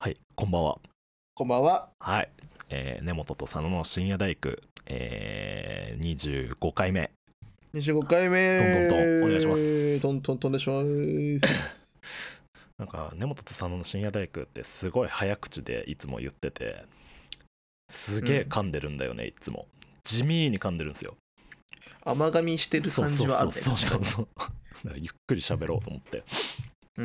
はい、こんばんは。 こんばんは。 はい、根本と佐野の深夜大工、25回目。 25回目。 どんどんどんお願いします。 トントントンでします。 なんか根本と佐野の深夜大工ってすごい早口でいつも言ってて、すげえ噛んでるんだよね、いつも。地味に噛んでるんですよ。 甘噛みしてる感じはあるね。 そう。だからゆっくり喋ろうと思って。 うん。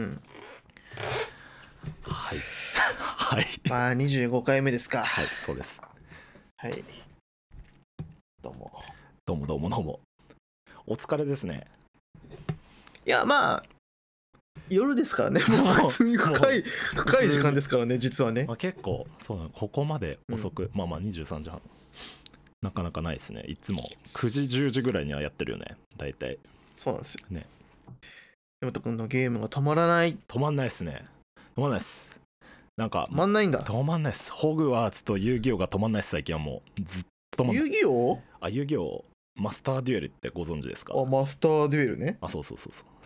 はい。はい。 まあ25回目ですか。 はい、そうです。 はい。どうも。 どうも。お疲れですね。 いや、まあ、夜ですからね。もう普通に深い時間ですからね、実はね。 まあ、結構、そうなの、ここまで遅く、まあ23時半。なかなかないですね。いつも9時10時ぐらいにはやってるよね、大体。 そうなんですよね。 根本君のゲームが止まらない。 止まんないですね。止まんないです。なんか止まんないんだ。 止まんないです。ホグワーツと遊戯王が止まんないです。最近はもうずっと止まんない。 遊戯王？ 遊戯王マスターデュエルってご存知ですか？ マスターデュエルね。 そうそれ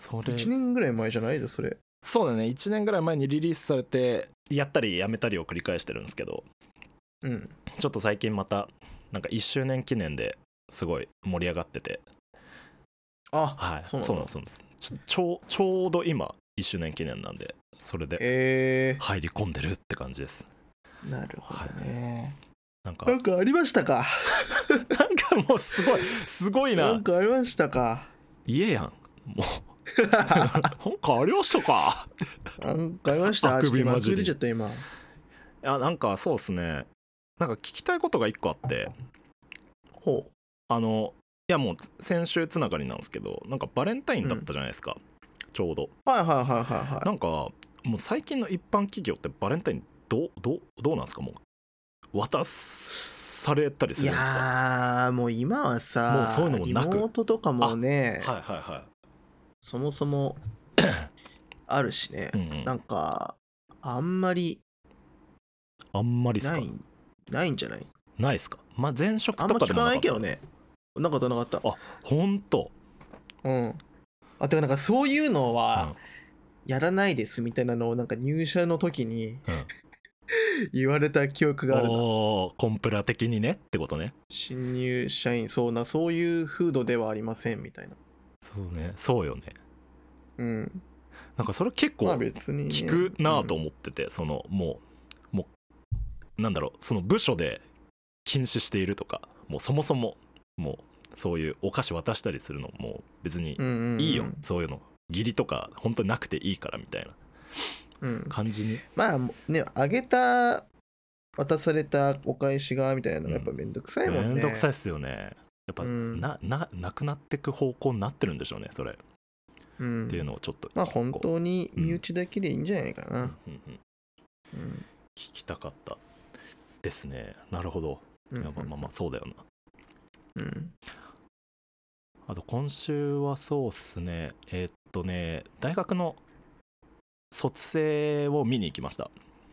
1年ぐらい前じゃないですそれ。 そうだね、1年ぐらい前にリリースされて、やったりやめたりを繰り返してるんですけど、ちょっと最近またなんか1周年記念ですごい盛り上がってて、はい、そうなんです。ちょうど今1周年記念なんで、それで入り込んでるって感じです。 なるほどね。 なんかありましたか。 なんかもうすごいな。 なんかありましたか。 言えやんもうなんかありましたか。 なんかありました。 あくび混じり。 出ちゃった今。 いや、なんかそうっすね。なんか聞きたいことが一個あって、 ほう。 いやもう先週つながりなんですけど、なんかバレンタインだったじゃないですか、ちょうど。なんかもう最近の一般企業ってバレンタインどうなんですか？もう渡されたりするんですか？ いやーもう今はさ、 もうそういうのもなく、 リモートとかもね、 はいそもそもあるしね、なんかあんまりっすか？ ないんじゃない？ ないっすか？まあ前職とあんま聞かかでもなかった。 ないけどね。なかった。 あ、ほんと。 てかなんかそういうのはやらないですみたいなのをなんか入社の時に、言われた記憶があるな。 コンプラ的にねってことね。 新入社員そういう風土ではありませんみたいな。 そうね、そうよね。 なんかそれ結構聞くなと思ってて、そのもうなんだろう、その部署で禁止しているとか、もうそもそももうそういうお菓子渡したりするのも別にいいよ、そういうの義理とか本当になくていいからみたいな感じに、 まあね、あげた渡されたお返しがみたいなのがやっぱめんどくさいもんね。 めんどくさいっすよね。やっぱ、なくなってく方向になってるんでしょうね、それ、っていうのをちょっとまあ本当に身内だけでいいんじゃないかな。 聞きたかったですね。なるほど。まあそうだよな。あと今週はそうっすね、大学の卒生を見に行きました。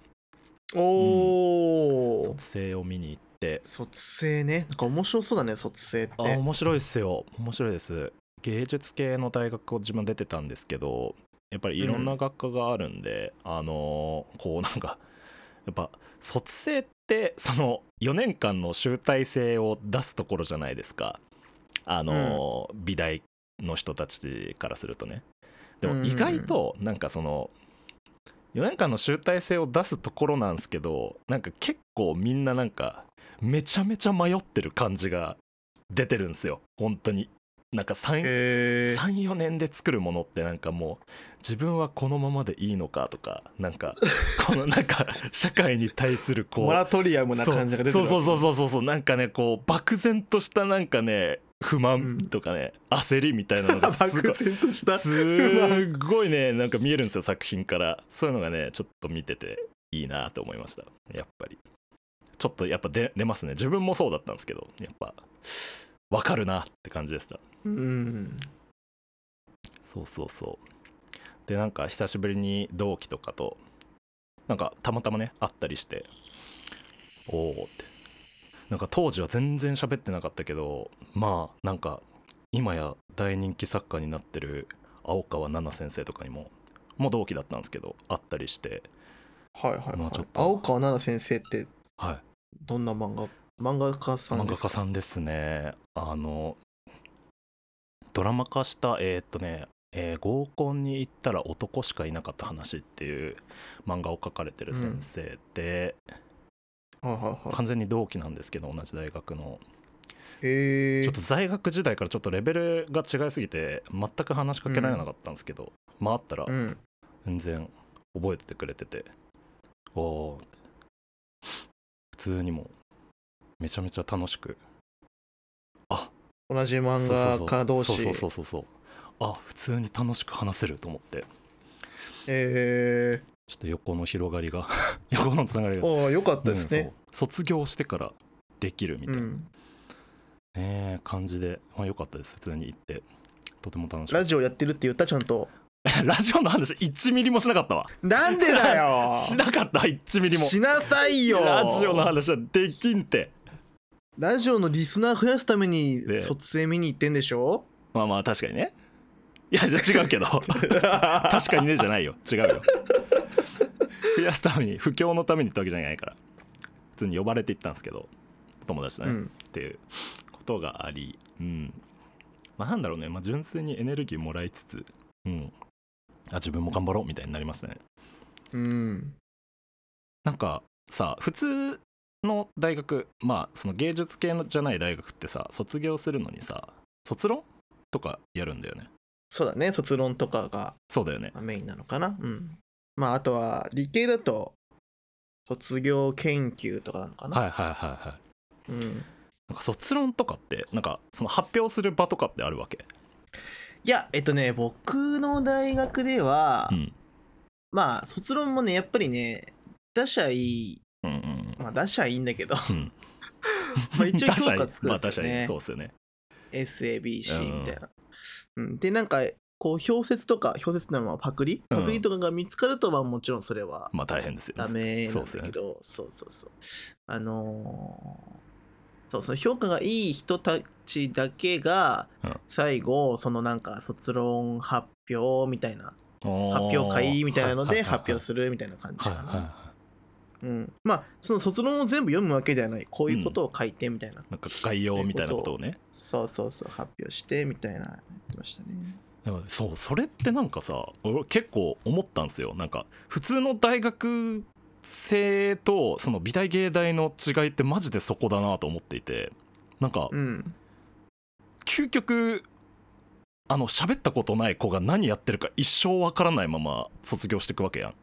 卒生を見に行って。 卒生ね、なんか面白そうだね、卒生って。 面白いっすよ。面白いです。芸術系の大学を自分出てたんですけど、やっぱりいろんな学科があるんで、こうなんかやっぱ卒生ってその4年間の集大成を出すところじゃないですか。美大の人たちからするとね。でも意外となんかその4年間の集大成を出すところなんですけど、なんか結構みんななんかめちゃめちゃ迷ってる感じが出てるんですよ、本当に。なんか34年で作るものってなんかもう自分はこのままでいいのかとか、なんかこのなんか社会に対するこうモラトリアムな感じが出てる。 そうなんかね、こう漠然としたなんかね不満とかね、焦りみたいなのがすごいね、なんか見えるんですよ、作品から。そういうのがねちょっと見てていいなと思いました。やっぱりちょっとやっぱ出ますね。自分もそうだったんですけど、やっぱ分かるなって感じでした。そうで、なんか久しぶりに同期とかとなんかたまたまね会ったりして、おーって、なんか当時は全然喋ってなかったけど、まあなんか今や大人気作家になってる青川奈々先生とかにも同期だったんですけど会ったりして、 はいはいはい。 まあちょっと青川奈々先生ってはいどんな漫画家さん漫画ですか？ 家さんですね。ドラマ化した合コンに行ったら男しかいなかった話っていう漫画を描かれてる先生で、 はいはいは完全に同期なんですけど同じ大学の。 い。へえ。 ちょっと在学時代からちょっとレベルが違いすぎて全く話しかけられなかったんですけど、まああったらうん全然覚えててくれてて、おお普通にもめちゃめちゃ楽しく、あ同じ漫画家同士。 そうあ普通に楽しく話せると思って、ちょっと横の広がりが横のつながりが、 ああよかったですね。 そう卒業してからできるみたいな、感じで、まあ、よかったです。普通に行ってとても楽しかった。 ラジオやってるって言ったちゃんと。 ラジオの話1ミリもしなかったわ。 なんでだよしなかった、1ミリも。 しなさいよ。 ラジオの話はできんて。 ラジオのリスナー増やすためにで卒園見に行ってんでしょ。 まあまあ確かにね。いや違うけど確かにねじゃないよ、違うよ。増やすために、布教のためにってわけじゃないから普通に呼ばれて行ったんですけど、友達とね、っていうことがあり、まあなんだろうね、まあ、純粋にエネルギーもらいつつ、自分も頑張ろうみたいになりますね。なんかさ、普通の大学、まあその芸術系のじゃない大学ってさ、卒業するのにさ卒論とかやるんだよね。 そうだね、卒論とかがそうだよね。 メインなのかな。まああとは理系だと卒業研究とかなのかな。 なんか卒論とかってなんかその発表する場とかってあるわけ？ いや僕の大学では、まあ卒論もねやっぱりね出しゃいい、まあ出しゃいいんだけど、まあ一応評価つくんですよね。 そうですよね。 SABC みたいな。でなんかこう評説とか、評説のままパクリとかが見つかると、まあもちろんそれはまあ大変ですよね。 ダメなんだけど、そうその評価がいい人たちだけが最後そのなんか卒論発表みたいな、発表会みたいなので発表するみたいな感じかな。まあその卒論を全部読むわけではない、こういうことを書いてみたいな、 なんか概要みたいなことをね、 そう発表してみたいな言ってましたね。 でもそれってなんかさ、俺結構思ったんですよ。なんか普通の大学生とその美大芸大の違いってマジでそこだなと思っていて、なんか、究極喋ったことない子が何やってるか一生わからないまま卒業していくわけやん。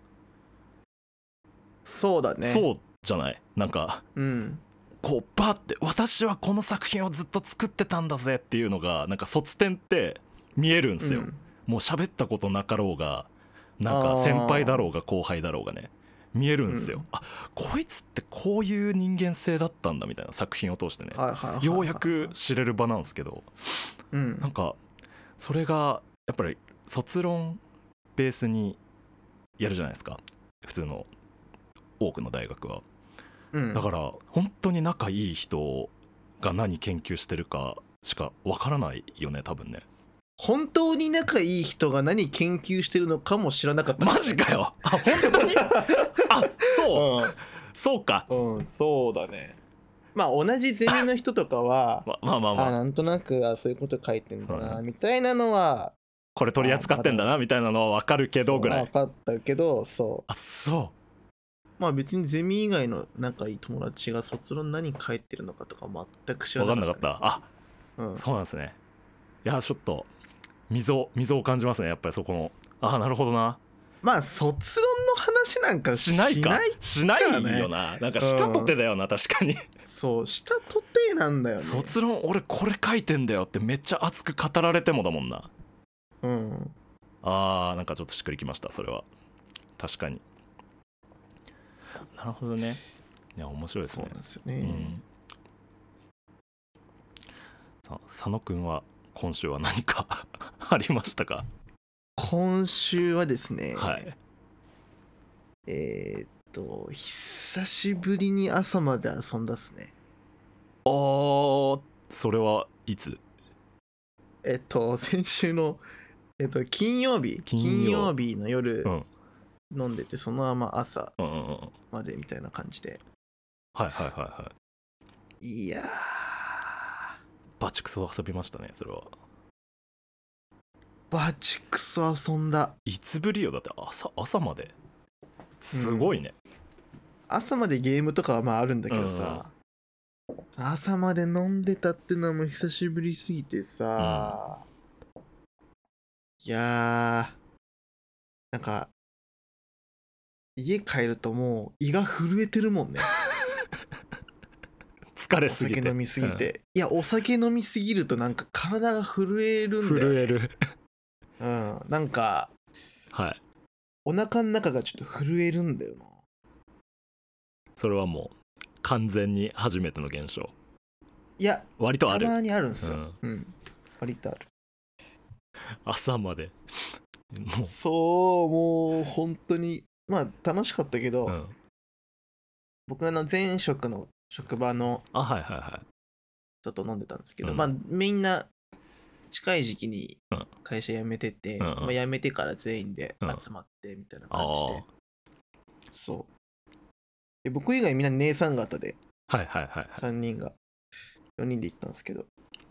そうだね。 そうじゃない？なんか、こうバッて私はこの作品をずっと作ってたんだぜっていうのがなんか卒展って見えるんですよ。もう喋ったことなかろうが、なんか先輩だろうが後輩だろうがね、見えるんですよ。あ、こいつってこういう人間性だったんだみたいな、作品を通してね、ようやく知れる場なんですけど、なんかそれがやっぱり卒論ベースにやるじゃないですか、普通の多くの大学は。だから本当に仲いい人が何研究してるかしかわからないよね、多分ね。 本当に仲いい人が何研究してるのかも知らなかった、 マジかよ。あ、本当にあ、そう、そうか。 そうだね。まあ同じゼミの人とかはなんとなくそういうこと書いてんだなみたいなのは、 これ取り扱ってんだなみたいなのは分かるけどぐらい。 分かったけど、まあ別にゼミ以外の仲いい友達が卒論何書いてるのかとか全く知らなかった、ね、 分かんなかった。そうなんですね。いやちょっと溝を感じますね、やっぱりそこの。なるほどな。 まあ卒論の話なんかしないよな。なんかしたとてだよな、確かに。 そうしたとてなんだよね。 卒論俺これ書いてんだよってめっちゃ熱く語られてもだもんな。なんかちょっとしっくりきました、それは。確かに。なるほどね。いや面白いですね。 そうなんですよね。 佐野くんは今週は何かありましたか？ 今週はですね、 久しぶりに朝まで遊んだっすね。 それはいつ？ 先週の金曜日の夜、 飲んでてそのまま朝うんうんうん。 までみたいな感じで、 はいはいはいはい。 いやーバチクソ遊びましたねそれは。 バチクソ遊んだ。 いつぶりよ、だって朝まで。すごいね。 朝までゲームとかはまああるんだけどさ、朝まで飲んでたってのはもう久しぶりすぎてさ、いやーなんか家帰るともう胃が震えてるもんね。 疲れおすぎて。 酒飲みすぎて、いやお酒飲みすぎるとなんか体が震えるんだよ、ね、 震える。 なんかはい。 お腹の中がちょっと震えるんだよな。 それはもう完全に初めての現象。 いや割とある。 たまにあるんすよ。割とある。 朝までもうそうもう本当にまあ楽しかったけど、僕前職の職場の人と飲んでたんですけど、まあみんな近い時期に会社辞めてて、まあ、辞めてから全員で集まってみたいな感じで、そうで僕以外みんな姉さん方で3人が4人で行ったんですけど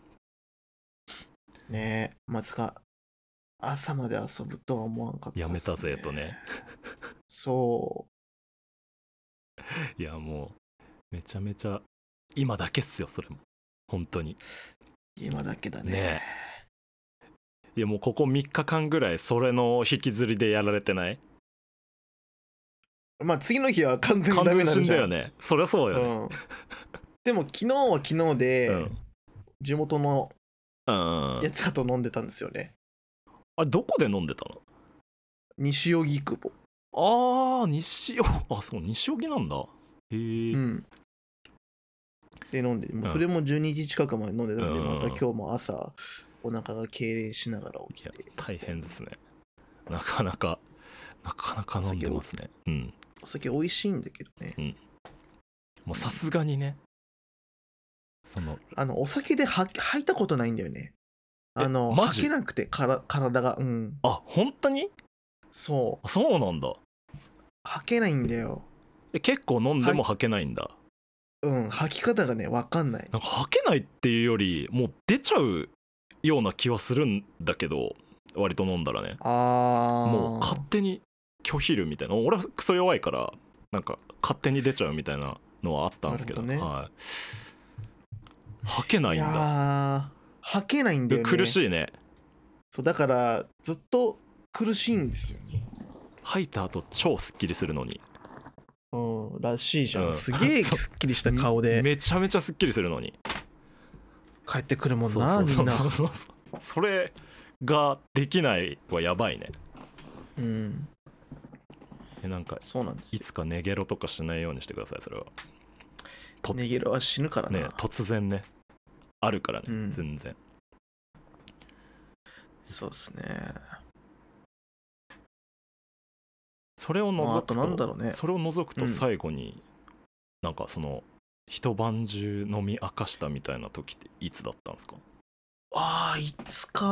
ね、まさか朝まで遊ぶとは思わんかったっすね。 やめたぜとね。 そういやもうめちゃめちゃ今だけっすよそれも本当に今だけだね。いやもうここ3日間ぐらいそれの引きずりでやられてない？ まあ次の日は完全にダメなんじゃん。完全死んだよね。そりゃそうよね、 でも昨日は昨日で、地元のやつらと飲んでたんですよね。 あれどこで飲んでたの？ 西荻窪。 そう西荻なんだ。へえ。 で飲んで、もうそれも12時近くまで飲んでたんで、また今日も朝お腹が痙攣しながら起きて。 大変ですね。なかなか飲んでますね。 お酒美味しいんだけどね。 もうさすがにね。 お酒で吐いたことないんだよね。吐けなくて体が。 あ、本当に？そうなんだ。 吐けないんだよ。 結構飲んでも吐けないんだ。 吐き方がね分かんない。 なんか吐けないっていうよりもう出ちゃうような気はするんだけど、割と飲んだらね。もう勝手に拒否るみたいな。俺はクソ弱いからなんか勝手に出ちゃうみたいなのはあったんですけど、吐けないんだ。 吐けないんだよね。 苦しいね。 そうだからずっと苦しいんですよね。 吐いた後超スッキリするのに。 らしいじゃん。すげえスッキリした顔でめちゃめちゃスッキリするのに帰ってくるもんな。みんなそれができないはやばいね。なんかそうなんです。 いつかネゲロとかしないようにしてください。それはネゲロは死ぬからな。 突然ねあるからね、全然。 そうっすね。 それを除くと、 なんだろうね、 それを除くと最後に、なんかその一晩中飲み明かしたみたいな時っていつだったんですか？ いつか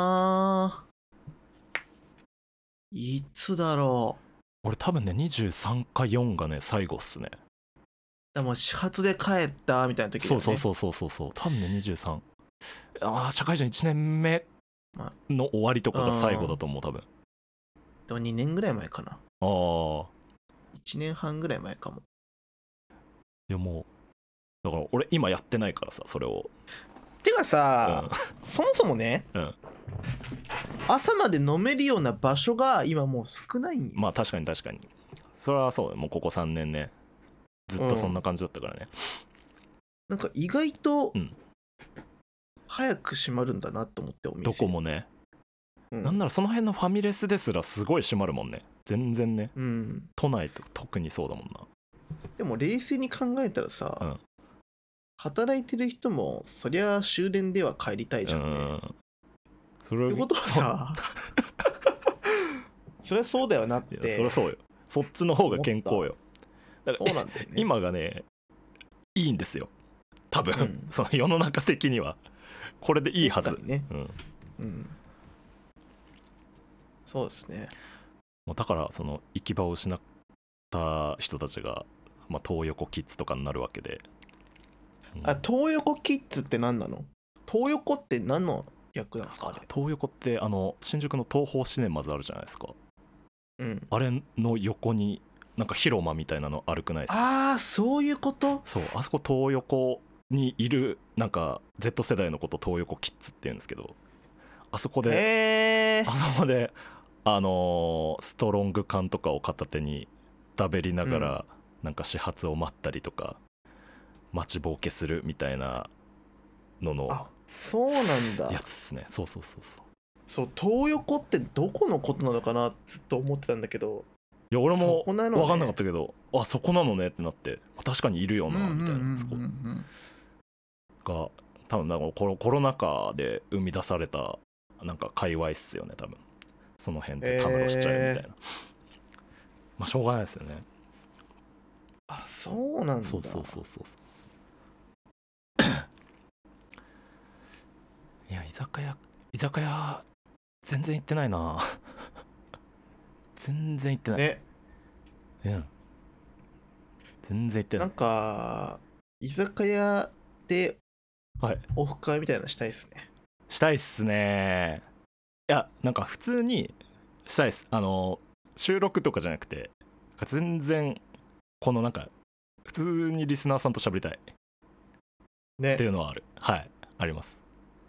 ないつだろう。俺多分ね23か4がね最後っすね。 でも始発で帰ったみたいな時だよね。 そう多分ね23。社会人1年目の終わりとかが最後だと思う多分。 でも2年ぐらい前かな。1年半ぐらい前かも。 いやもうだから俺今やってないからさ、それを。 てかさ、そもそもね、朝まで飲めるような場所が今もう少ないんよ。 まあ確かにそれはそう。もうここ3年ねずっとそんな感じだったからね。 なんか意外と早く閉まるんだなと思って、お店どこもね、なんならその辺のファミレスですらすごい閉まるもんね、全然ね。都内と特にそうだもんな。 でも冷静に考えたらさ、働いてる人もそりゃ終電では帰りたいじゃんね。ってことはさそりゃそうだよなって。 そりゃそうよ。そっちの方が健康よ。 そうなんだよね。 今がねいいんですよ多分、その世の中的にはこれでいいはず。 そうですね。 もうだからその行き場を失った人たちが、まあ、東横キッズとかになるわけで、 東横キッズって何なの？東横って何の役なんですか？あれ東横って新宿の東宝シネマズあるじゃないですか、あれの横になんか広間みたいなの歩くないですか？ ああ、そういうこと。 そう、あそこ東横にいるなんか Z 世代のこと東横キッズって言うんですけど、あそこでストロング缶とかを片手に食べりながら、なんか始発を待ったりとか待ちぼうけするみたいなののそうなんだやつですね。そう東横ってどこのことなのかなずっと思ってたんだけど、 いや俺も分かんなかったけど、あそこなのねってなって、確かにいるよなみたいな、そこが多分なんかコロナ禍で生み出されたなんか界隈っすよね、多分その辺でたむろしちゃうみたいな、まあしょうがないですよね。 あ、そうなんだ。 そういや、居酒屋全然行ってないな全然行ってないね。 全然行ってない。 なんか居酒屋でオフ会みたいなのしたいっすね。 したいっすね。いや、なんか普通にしたいっす。収録とかじゃなくて、全然このなんか普通にリスナーさんと喋りたいねっていうのはある。はい、あります。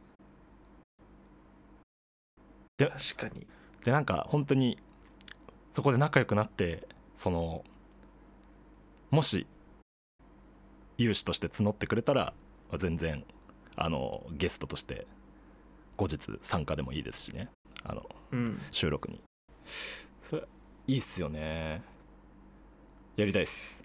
で、 確かに。 でなんか本当にそこで仲良くなって、もし有志として募ってくれたら全然ゲストとして後日参加でもいいですしね、収録に。それいいっすよね。やりたいっす。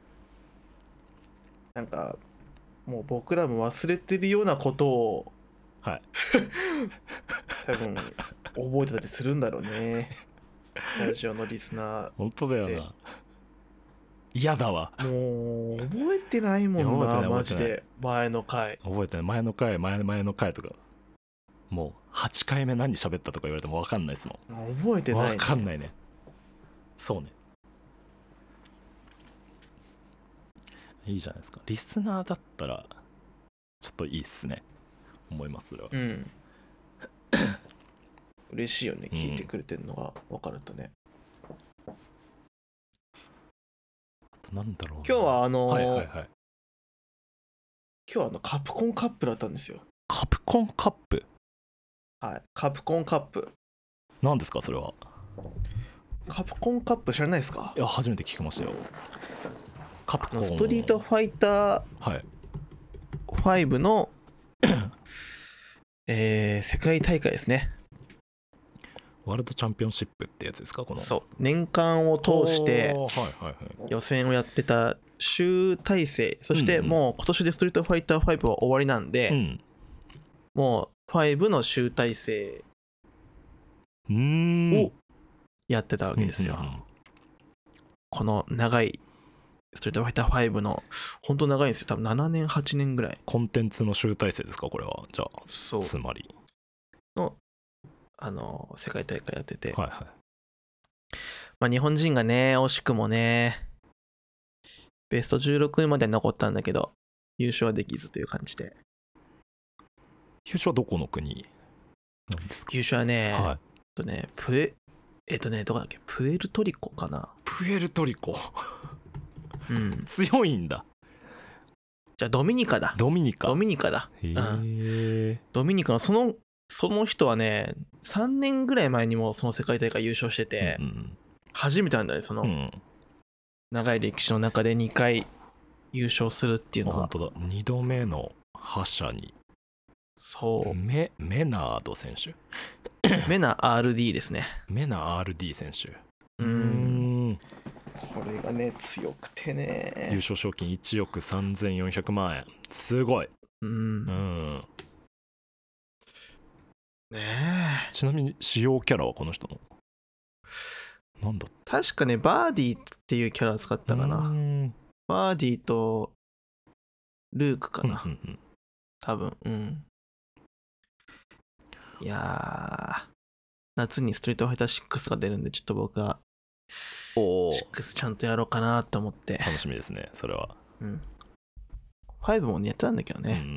なんかもう僕らも忘れてるようなことをはい多分覚えてたりするんだろうねラジオのリスナー。 本当だよな。嫌だわ。 もう覚えてないもんな、マジで。前の回覚えてない。前の回とかもう8回目何喋ったとか言われても分かんないですもん。 覚えてない、ね、 分かんないね。そうね。いいじゃないですか。リスナーだったらちょっといいっすね、思います。それは嬉しいよね、聞いてくれてるのが分かるとね。 あとなんだろう、 今日は今日はカプコンカップだったんですよ。 カプコンカップ。 はい、カプコンカップ。 何ですかそれは。 カプコンカップ知らないですか？ いや、初めて聞きましたよ。カプコンストリートファイター5の、世界大会ですね。 ワールドチャンピオンシップってやつですか？ そう、年間を通して予選をやってた集大成。そしてもう今年でストリートファイター5は終わりなんで、もう5の集大成をやってたわけですよ。この長いストリートファイター5の本当長いんですよ。多分7年8年ぐらい。 コンテンツの集大成ですかこれは。じゃあそうつまりの世界大会やってて、まあ日本人がね惜しくもねベスト16位まで残ったんだけど優勝はできずという感じで。 優勝はどこの国なんですか？ 優勝はね、どこだっけ、プエルトリコかな。 プエルトリコ強いんだ。 じゃあドミニカだ。 ドミニカだ。ドミニカのその人はね3年ぐらい前にもその世界大会優勝してて、初めてなんだね、その長い歴史の中で2回優勝するっていうのは。 本当だ、2度目の覇者に。 そうメナード選手メナ RD ですね。 メナ RD 選手。 これがね強くてね。 優勝賞金1億3400万円。すごい。 ねえ。 ちなみに使用キャラはこの人のなんだ。 確かねバーディーっていうキャラを使ったかな。バーディーとルークかな、多分。いやー、夏にストリートファイター6が出るんでちょっと僕はおお、 6ちゃんとやろうかなと思って。 楽しみですねそれは。 うん。5もねやってたんだけどね。 うん、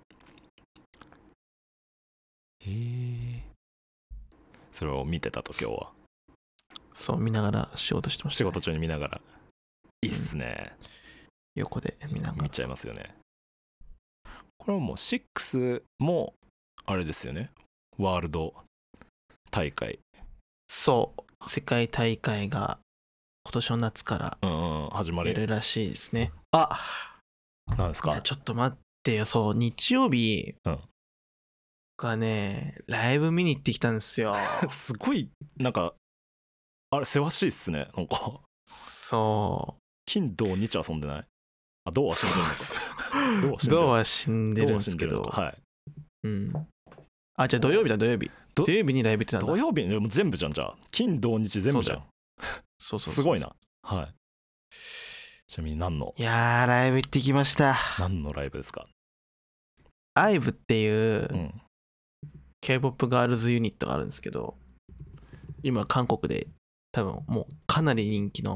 それを見てたと今日は。 そう見ながら仕事してました、 ね、仕事中に見ながら。いいっすね、 横で見ながら見ちゃいますよね。これはもう6もあれですよね、ワールド大会。 そう世界大会が今年の夏から始まるらしいですね。 なんですか。 ちょっと待ってよ、そう日曜日がね、ライブ見に行ってきたんですよ。 すごいなんかあれせわしいっすね。なんかそう金土日遊んでない？銅は死んでるんです銅は死んでるんですけど、 はい。 うん。じゃあ土曜日土曜日にライブ行ってたんだ。 土曜日でも全部じゃん。じゃあ金土日全部じゃん。 そうすごいな。はい。ちなみに何の？ いやーライブ行ってきました。 何のライブですか ？IVEっていう、K-POP ガールズユニットがあるんですけど、今韓国で多分もうかなり人気の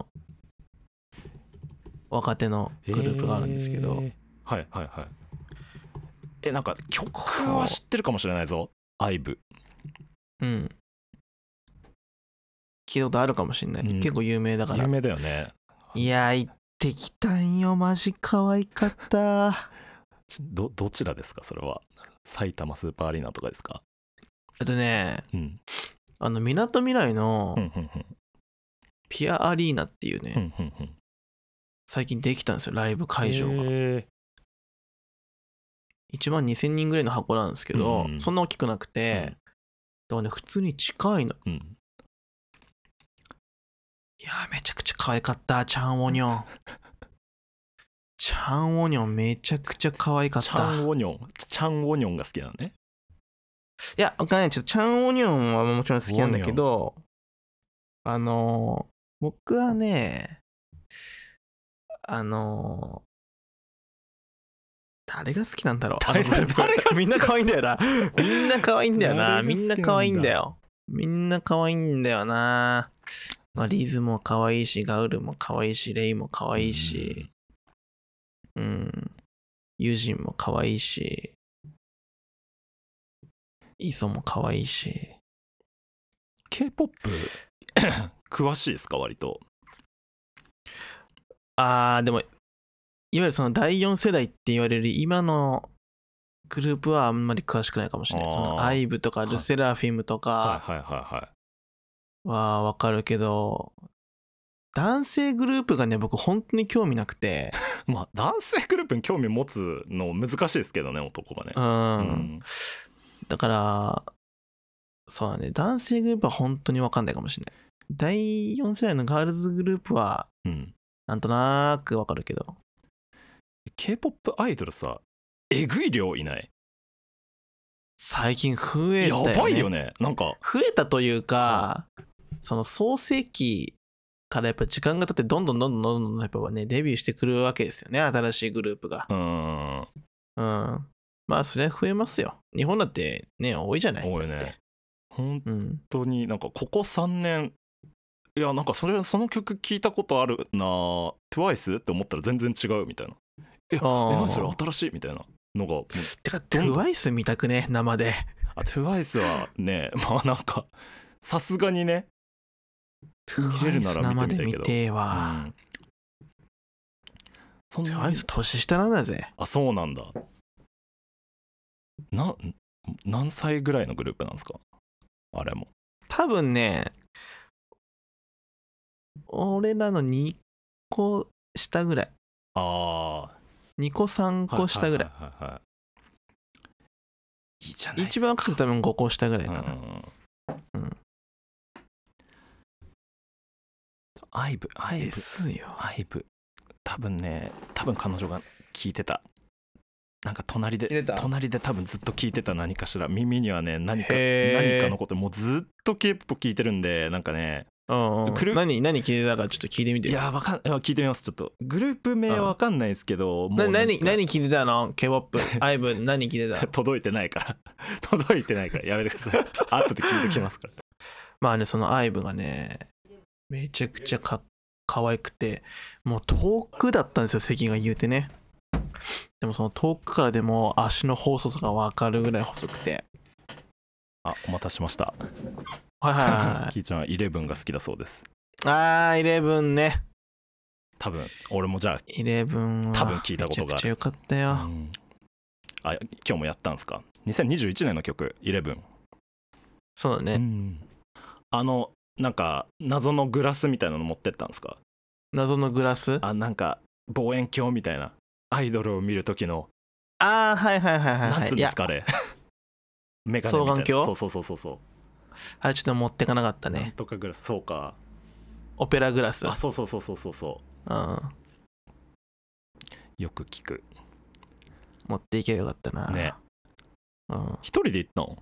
若手のグループがあるんですけど、 はいはいはい。なんか曲は知ってるかもしれないぞ。IVE。 聞いたことあるかもしれない、結構有名だから。 有名だよね。 いや行ってきたんよ、マジ可愛かった。 どちらですかそれは？埼玉スーパーアリーナとかですか？ みなとみらいのピアアリーナっていうね、最近できたんですよ、ライブ会場が。1万2000人ぐらいの箱なんですけど、そんな大きくなくて、だからね普通に近いの。いやめちゃくちゃ可愛かった。チャンウォニョンチャンウォニョンめちゃくちゃ可愛かった。 チャンウォニョンが好きなのね。 いや、わかんない。ちょっとチャンウォニョンはもちろん好きなんだけど、僕はね、誰が好きなんだろう。みんな可愛いんだよな。みんな可愛いんだよな。みんな可愛いんだよ。みんな可愛いんだよな。リズも可愛いし、ガウルも可愛いし、レイも可愛いし、ユジンも可愛いし、イソも可愛いし。 K-POP 詳しいですか割と？ でもいわゆるその第4世代って言われる今のグループはあんまり詳しくないかもしれない。そのIVEとかルセラフィムとかはわかるけど、男性グループがね僕本当に興味なくてまあ男性グループに興味持つの難しいですけどね、男がね。 だからそうだね、男性グループは本当に分かんないかもしれない。第4世代のガールズグループはなんとなく分かるけど、 K-POP アイドルさえぐい量いない？ 最近増えたよね。 やばいよね。なんか増えたというか、その創世期からやっぱ時間が経ってどんどんやっぱねデビューしてくるわけですよね、新しいグループが。まあそれは増えますよ。日本だってね多いじゃない。 多いね。本当になんかここ3年、いやなんかその曲聞いたことあるな TWICE って思ったら全然違うみたいな。何それ新しいみたいなのが。 てか TWICE 見たくね生で。 TWICE はねまあなんかさすがにね見れるなら見てみたいけど。 生で見てえわ。TWICE 年下なんだぜ。 そうなんだ。何歳ぐらいのグループなんですかあれも？ 多分ね俺らの2個下ぐらい。2個3個下ぐらい。 いいじゃないですか。 一番若くて多分5個下ぐらいかな。 IVE ですよ。 IVE多分彼女が聞いてた。なんか隣で多分ずっと聞いてた。何かしら耳にはね何かのこともうずっと K-POP 聞いてるんで、なんかね何聞いてたかちょっと聞いてみてよ。 いや聞いてみます。ちょっとグループ名は分かんないですけど、 何聞いてたの K-POP IVE 何聞いてた届いてないからやめてください。後で聞いてきますから。 まあねそのIVEがねめちゃくちゃ可愛くて、もう遠くだったんですよ、席が言うてね。でもその遠くからでも足の細さが分かるぐらい細くて。 あ、お待たせしました。 はいはいはい。 キーちゃんは11が好きだそうです。 11ね。 多分俺もじゃあ 11は多分聞いたことがある。 めちゃくちゃ良かったよ。 あ、今日もやったんですか。2021年の曲11。 そうだね。 なんか謎のグラスみたいなの持ってったんですか。 謎のグラス。 なんか望遠鏡みたいな、アイドルを見る時の。 はいはいはいはい。 なんつうんですかあれ。メガネみたいな。 双眼鏡。 そうあれちょっと持ってかなかったね。 なんとかグラス。そうか、 オペラグラス。 そう。よく聞く。 持っていけばよかったな。 ね。一人で行ったの？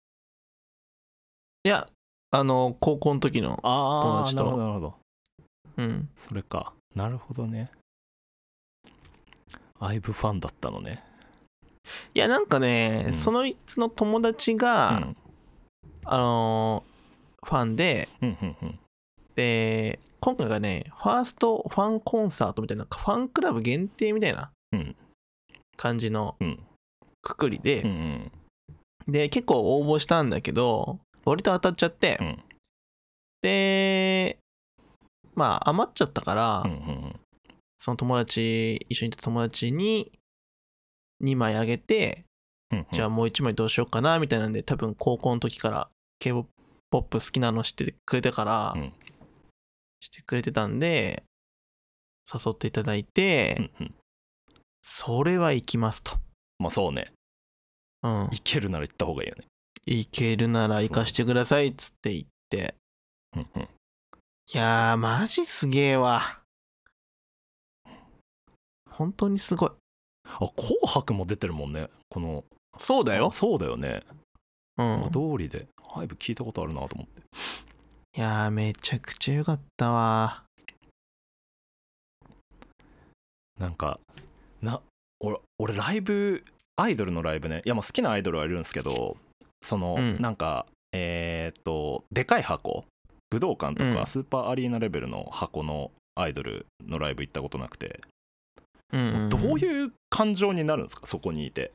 いや、高校の時の友達と。 なるほど。それか。なるほどね。IVEファンだったのね。 いやなんかね、そのいつの友達が、ファンで、で今回がね、ファーストファンコンサートみたいな、ファンクラブ限定みたいな感じのくくりで、で結構応募したんだけど割と当たっちゃって、でまあ余っちゃったから、その友達、一緒にいた友達に2枚あげて、じゃあもう1枚どうしようかなみたいなんで、多分高校の時から K-POP 好きなの知ってくれてから、してくれてたんで誘っていただいて、それは行きますと。 まあそうね。行けるなら行った方がいいよね。 行けるなら行かしてくださいっつって言って、いやーマジすげえわ。本当にすごい。 紅白も出てるもんね、この。 そうだよ。 そうだよね。通りでIVE聞いたことあるなと思って。 いやーめちゃくちゃ良かったわ。 なんか俺ライブ、アイドルのライブね、いやまあ好きなアイドルはいるんですけど、その、なんかでかい箱、武道館とかスーパーアリーナレベルの箱のアイドルのライブ行ったことなくて、どういう感情になるんですか、そこにいて。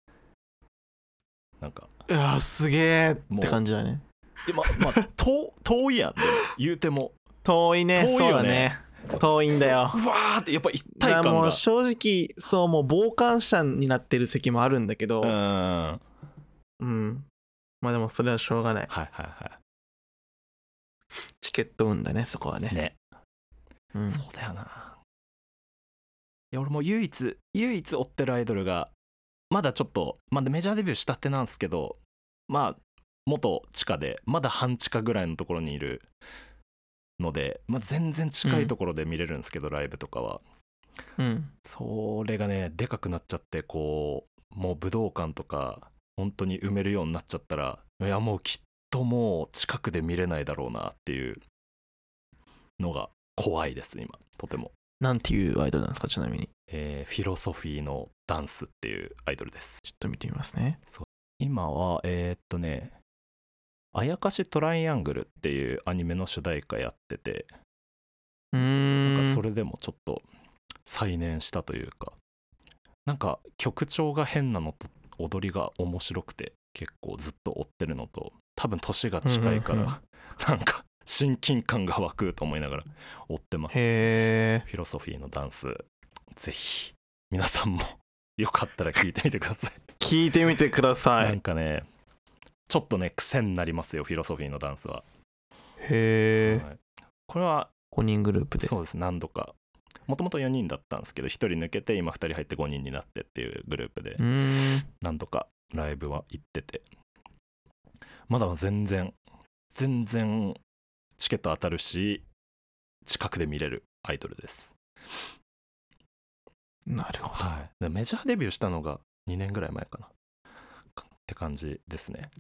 なんかいやすげえって感じだね。 まあ遠いやん、でも言うても遠いね。そうだね、遠いんだよ。 うわーってやっぱ一体感が。 もう正直そう、もう傍観者になってる席もあるんだけど、まあでもそれはしょうがない。チケット運だね、そこはね。 そうだよな。いや俺も唯一追ってるアイドルがまだちょっと、まだメジャーデビューしたてなんですけど、まあ元地下でまだ半地下ぐらいのところにいるので、まあ、全然近いところで見れるんですけど、ライブとかは、それがねでかくなっちゃって、こうもう武道館とか本当に埋めるようになっちゃったら、いやもうきっともう近くで見れないだろうなっていうのが怖いです今、とても。 なんていうアイドルなんですか、ちなみに。 フィロソフィーのダンスっていうアイドルです。 ちょっと見てみますね。 今はあやかしトライアングルっていうアニメの主題歌やってて、なんかそれでもちょっと再燃したというか、なんか曲調が変なのと踊りが面白くて結構ずっと追ってるのと、多分年が近いからなんか親近感が湧くと思いながら追ってます。フィロソフィーのダンス、ぜひ皆さんもよかったら聞いてみてください。 聞いてみてください。 なんかねちょっとね癖になりますよ、フィロソフィーのダンスは。これは 5人グループで。 そうです。何度か、もともと4人だったんですけど1人抜けて今2人入って5人になってっていうグループで何度かライブは行ってて、まだ全然チケット当たるし近くで見れるアイドルです。 なるほど。メジャーデビューしたのが2年ぐらい前かなって感じですね。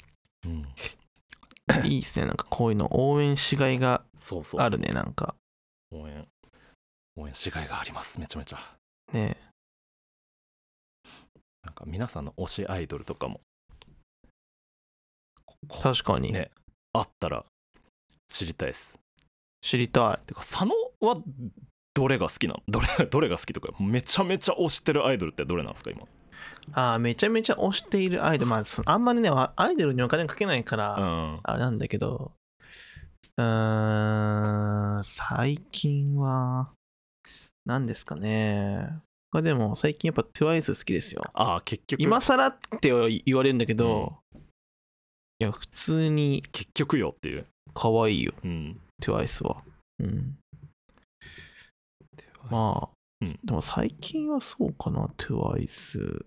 いいですね、なんかこういうの応援しがいがあるね。なんか応援しがいがあります、めちゃめちゃね。 なんか皆さんの推しアイドルとかも確かにねあったら知りたいです。 知りたい。 てか佐野はどれが好きなの？どれが好きとかめちゃめちゃ推してるアイドルってどれなんですか今？ めちゃめちゃ推しているアイドル、あんまりねアイドルにお金かけないから、あれなんだけど、最近は何ですかね。これでも最近やっぱ TWICE 好きですよ。 結局今更って言われるんだけど、いや普通に結局よっていう可愛いよ、TWICE は。まあ、でも最近はそうかな、TWICE。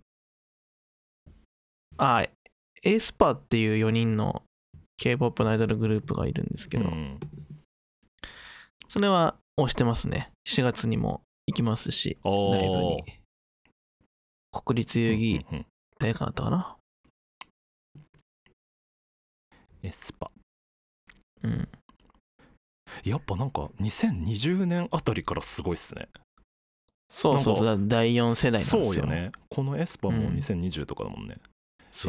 エスパっていう4人の K-POP のアイドルグループがいるんですけど、それは推してますね。4月にも行きますし、ライブに。国立遊戯大学だったかな。 エスパ。やっぱなんか2020年あたりからすごいっすね。 そう第4世代なんですよ。 そうよね。このエスパも2020とかだもんね。 そう。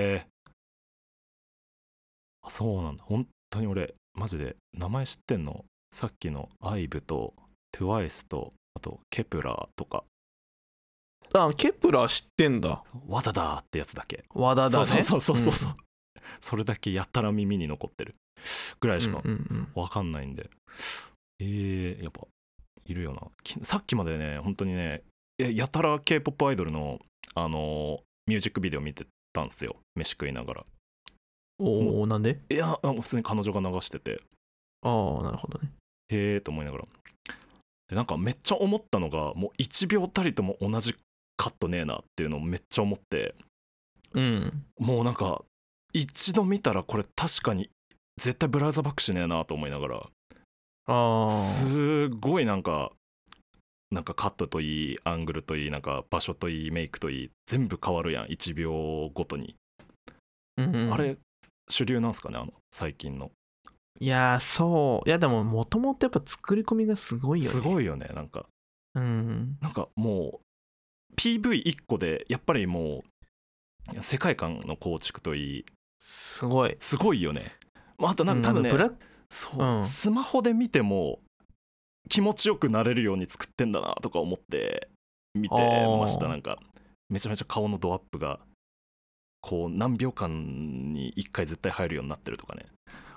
そうなんだ。本当に俺マジで名前知ってんの。さっきのIVEと TWICE とあとケプラーとか。 ケプラー知ってんだ。 ワダダーってやつだけ。 ワダダね。 そう。それだけやたら耳に残ってるぐらいしかわかんないんで、やっぱいるよな。さっきまでね本当にねやたら K-POP アイドルのミュージックビデオ見てたんですよ、飯食いながら。 なんで？ いや普通に彼女が流してて、 なるほどね。 へえと思いながら、でなんかめっちゃ思ったのが、もう1秒たりとも同じカットねえなっていうのをめっちゃ思って、もうなんか一度見たらこれ確かに絶対ブラウザバックしねえなと思いながら、すごいなんかカットといいアングルといいなんか場所といいメイクといい全部変わるやん、1秒ごとに。あれ主流なんすかね、最近の。 いやでももともとやっぱ作り込みがすごいよね。 すごいよね。なんかもう PV1 個でやっぱりもう世界観の構築といいすごいよね。あとなんか多分ね、スマホで見ても気持ちよくなれるように作ってんだなとか思って見てました。なんかめちゃめちゃ顔のドアップがこう何秒間に1回絶対入るようになってるとかね、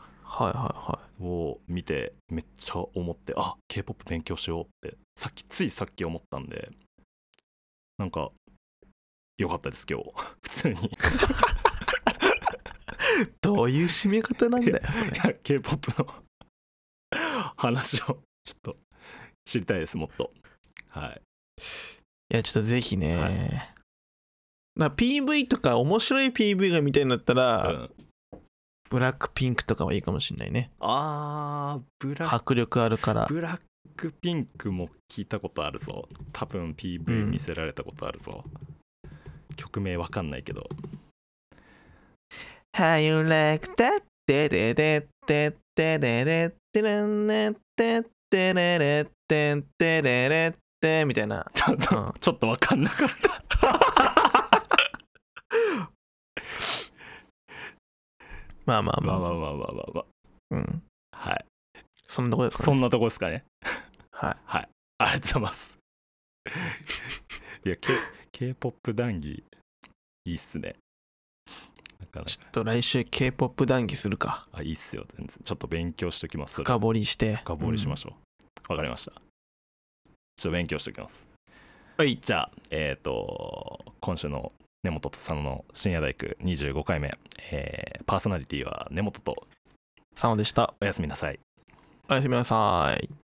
を見てめっちゃ思って、K-POP 勉強しようってついさっき思ったんで、なんか良かったです今日普通にどういう締め方なんだよそれ。 K-POP の話をちょっと知りたいです、もっと。いやちょっとぜひね、PV とか面白い PV が見たいんだったら、ブラックピンクとかはいいかもしれないね。迫力あるから。 ブラックピンクも聞いたことあるぞ。多分 PV 見せられたことあるぞ。曲名わかんないけど。 How you like that? でででででででででででででででみたいな。 ちょっとわかんなかった。まあ。はい。 そんなとこですかね。 そんなとこですかね。 はい。 ありがとうございます。いや、K-POP 談義いいっすね。 ちょっと来週 K-POP 談義するか。 いいっすよ、全然。ちょっと勉強しておきます。 深掘りして。 深掘りしましょう。わかりました。ちょっと勉強しておきます。 はい。 じゃあ、今週の根本と佐野の深夜大工25回目、パーソナリティは根本と佐野でした。 おやすみなさい。 おやすみなさい。